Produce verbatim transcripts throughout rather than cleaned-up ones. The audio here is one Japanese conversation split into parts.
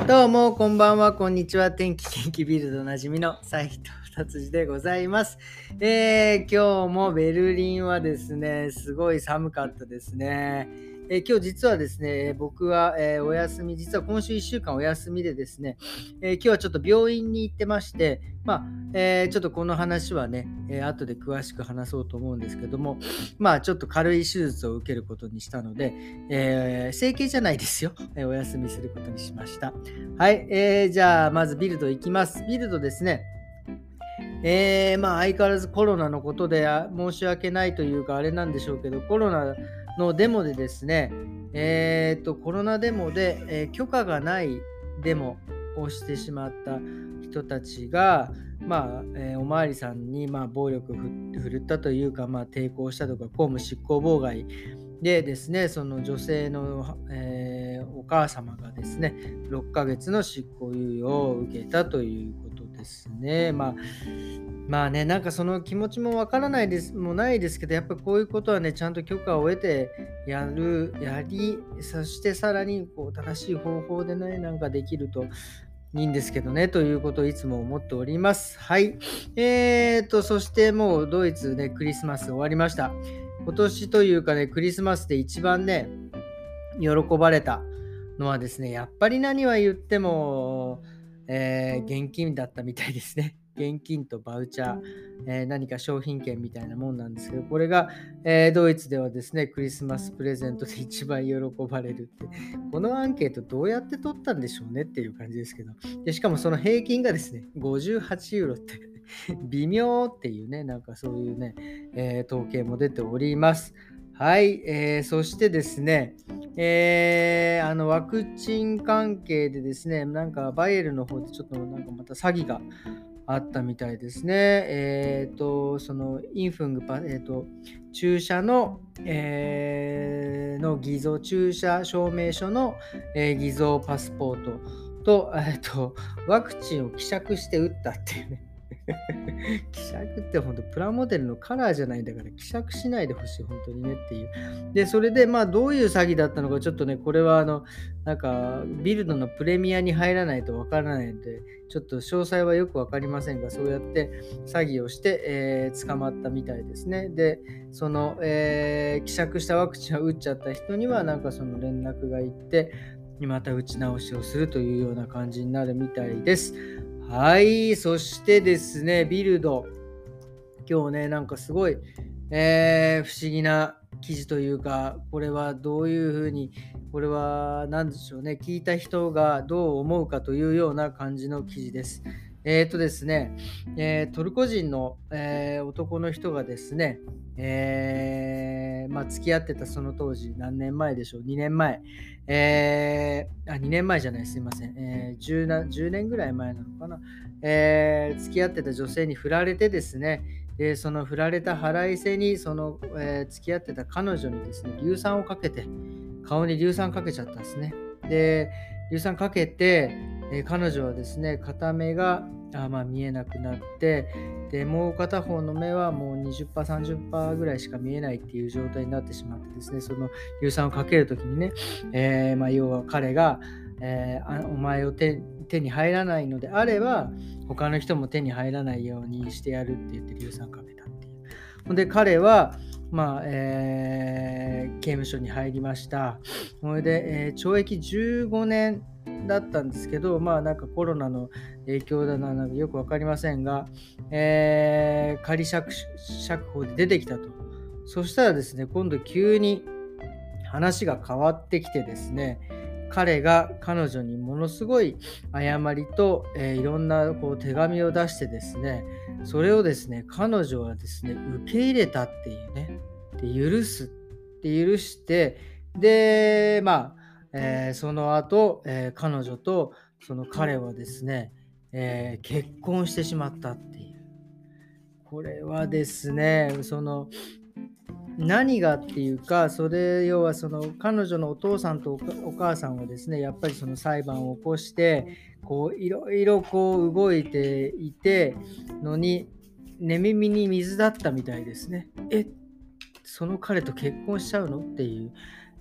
どうも、こんばんは、こんにちは。天気元気ビルドおなじみの斉藤達治でございます。えー、今日もベルリンはですね、すごい寒かったですね。えー今日実はですね、僕は、えーお休み、実は今週いっしゅうかんお休みでですね、えー今日はちょっと病院に行ってまして、まあ、えーちょっとこの話はね、えー後で詳しく話そうと思うんですけども、まあ、ちょっと軽い手術を受けることにしたので、えー整形じゃないですよ、えーお休みすることにしました。はい、えー、じゃあ、まずビルドいきます。ビルドですね。えー、まあ、相変わらずコロナのことであ申し訳ないというか、あれなんでしょうけど、コロナのデモでですね、えーと、コロナデモで、えー許可がないデモをしてしまった人たちが、まあ、えーおまわりさんに、まあ、暴力をふ振るったというか、まあ、抵抗したとか、公務執行妨害でですね、その女性の、えーお母様がですね、ろっかげつの執行猶予を受けたということですね。まあ、まあね、なんかその気持ちもわからないですもないですけど、やっぱこういうことはね、ちゃんと許可を得てやる、やり、そしてさらにこう正しい方法でね、なんかできるといいんですけどね、ということをいつも思っております。はい。えーと、そしてもうドイツでクリスマス終わりました。今年というかね、クリスマスで一番ね、喜ばれたのはですね、やっぱり何は言っても、えー現金だったみたいですね。現金とバウチャー、えー何か商品券みたいなもんなんですけど、これが、えードイツではですね、クリスマスプレゼントで一番喜ばれるって、このアンケートどうやって取ったんでしょうねっていう感じですけど、でしかもその平均がですね、ごじゅうはちユーロって微妙っていうね、なんかそういうね、えー統計も出ております。はい、えーそしてですね、えーあのワクチン関係でですね、なんかバイエルの方でちょっとなんかまた詐欺があったみたいですね。えっと、そのインフングパ、えっと、注射の、えーの偽造、注射証明書の、えー偽造パスポートと、えっと、ワクチンを希釈して打ったっていうね。希釈って本当プラモデルのカラーじゃないんだから希釈しないでほしい本当にねっていう。でそれでまあどういう詐欺だったのかちょっとねこれはあのなんかビルドのプレミアに入らないとわからないのでちょっと詳細はよくわかりませんがそうやって詐欺をして、えー捕まったみたいですね。でその、えー希釈したワクチンを打っちゃった人にはなんかその連絡がいってまた打ち直しをするというような感じになるみたいです。はい、そしてですね、ビルド。今日ね、なんかすごい、えー不思議な記事というか、これはどういうふうに、これは何でしょうね、聞いた人がどう思うかというような感じの記事です。えっ、とですね、えートルコ人の、えー男の人がですね、えーまあ、付き合ってたその当時、何年前でしょう、にねんまえ、えーあ、にねんまえじゃない、すいません、えー10なじゅうねんぐらい前なのかな、えー付き合ってた女性に振られてですね、で、その振られた腹いせに、その、えー付き合ってた彼女にですね、硫酸をかけて、顔に硫酸かけちゃったんですね。で、硫酸かけて、えー彼女はですね、片目があ、まあ、見えなくなって、で、もう片方の目はもうにじゅっパーセント、さんじゅっパーセントぐらいしか見えないっていう状態になってしまってですね、その硫酸をかけるときにね、えーまあ、要は彼が、えーあお前を手手に入らないのであれば、他の人も手に入らないようにしてやるって言って硫酸かけたっていう。ほんで彼は、まあえー刑務所に入りました。それで、えー懲役じゅうごねんだったんですけど、まあなんかコロナの影響だな、なんかよくわかりませんが、えー仮釈釈放で出てきたと。そしたらですね、今度急に話が変わってきてですね、彼が彼女にものすごい誤りと、えーいろんなこう手紙を出してですね、それをですね、彼女はですね、受け入れたっていうね、で許すって許して、で、まあ、えーその後、えー彼女とその彼はですね、えー結婚してしまったっていう。これはですね、その何がっていうか、それ要はその彼女のお父さんとおかお母さんはですね、やっぱりその裁判を起こして、こういろいろこう動いていてのに、寝耳に水だったみたいですね。え、その彼と結婚しちゃうのっていう。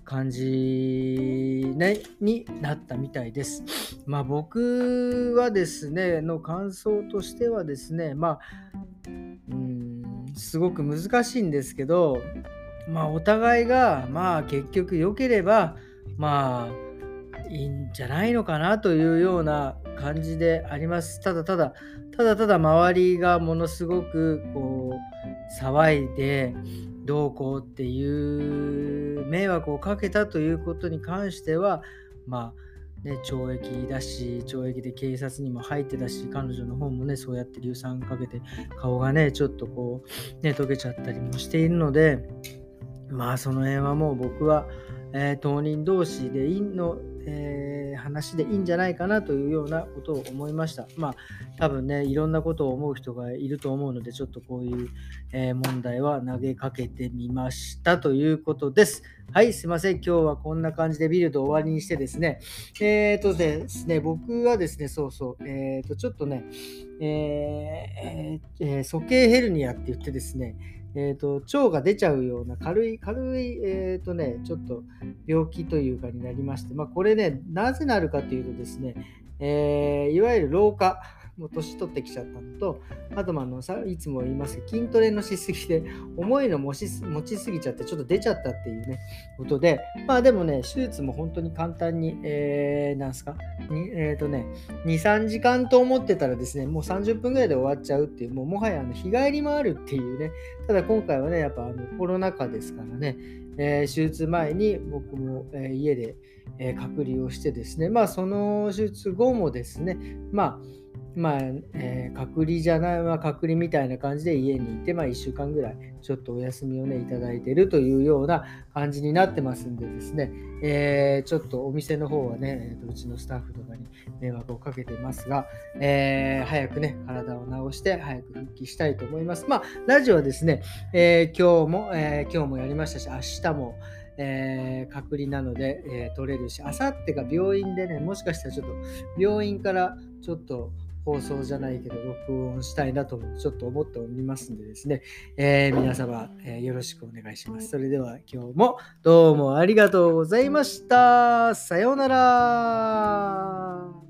感じ、ね、になったみたいです。まあ僕はですね、の感想としてはですね、まあ、うーん、すごく難しいんですけど、まあお互いが、まあ結局良ければ、まあいいんじゃないのかなというような感じであります。ただただ、ただただ周りがものすごくこう騒いでどうこうっていう迷惑をかけたということに関しては、まあね、懲役だし、懲役で警察にも入ってたし、彼女の方もね、そうやって硫酸かけて顔がね、ちょっとこう、ね、溶けちゃったりもしているので、まあその辺はもう僕は、えー当人同士でいいの、えー話でいいんじゃないかなというようなことを思いました。まあ多分ね、いろんなことを思う人がいると思うので、ちょっとこういう、えー問題は投げかけてみましたということです。はい、すいません。今日はこんな感じでビルド終わりにしてですね、えーとですね、僕はですね、そうそう、えーと、ちょっとね、えーえーえー鼠径ヘルニアって言ってですね、えーと、腸が出ちゃうような軽い、軽い、えーとね、ちょっと病気というかになりまして、まあ、これね、なぜなるかというとですね、えーいわゆる老化、もう年取ってきちゃったのと、あと、まあ、あのさいつも言いますけど、筋トレのしすぎで、重いの持ちす持ちすぎちゃって、ちょっと出ちゃったっていうね、ことで、まあでもね、手術も本当に簡単に、えー、なんすか、にえーとね、に、さんじかんと思ってたらですね、もうさんじゅっぷんぐらいで終わっちゃうっていう、もうもはやあの日帰りもあるっていうね、ただ今回はね、やっぱあのコロナ禍ですからね、えー手術前に僕も、えー家で、えー隔離をしてですね、まあその手術後もですね、まあ、まあ、えー隔離じゃない、まあ、隔離みたいな感じで家にいて、まあいっしゅうかんぐらいちょっとお休みをね、いただいているというような感じになってますんでですね、えーちょっとお店の方はね、えーとうちのスタッフとかに迷惑をかけてますが、えー早くね、体を治して早く復帰したいと思います。まあ、ラジオはですね、えー今日も、えー今日もやりましたし、明日も、えー隔離なので、えー取れるし、明後日が病院でね、もしかしたらちょっと病院からちょっと放送じゃないけど、録音したいなともちょっと思っておりますんでですね、えー皆様、えーよろしくお願いします。それでは今日もどうもありがとうございました。さようなら。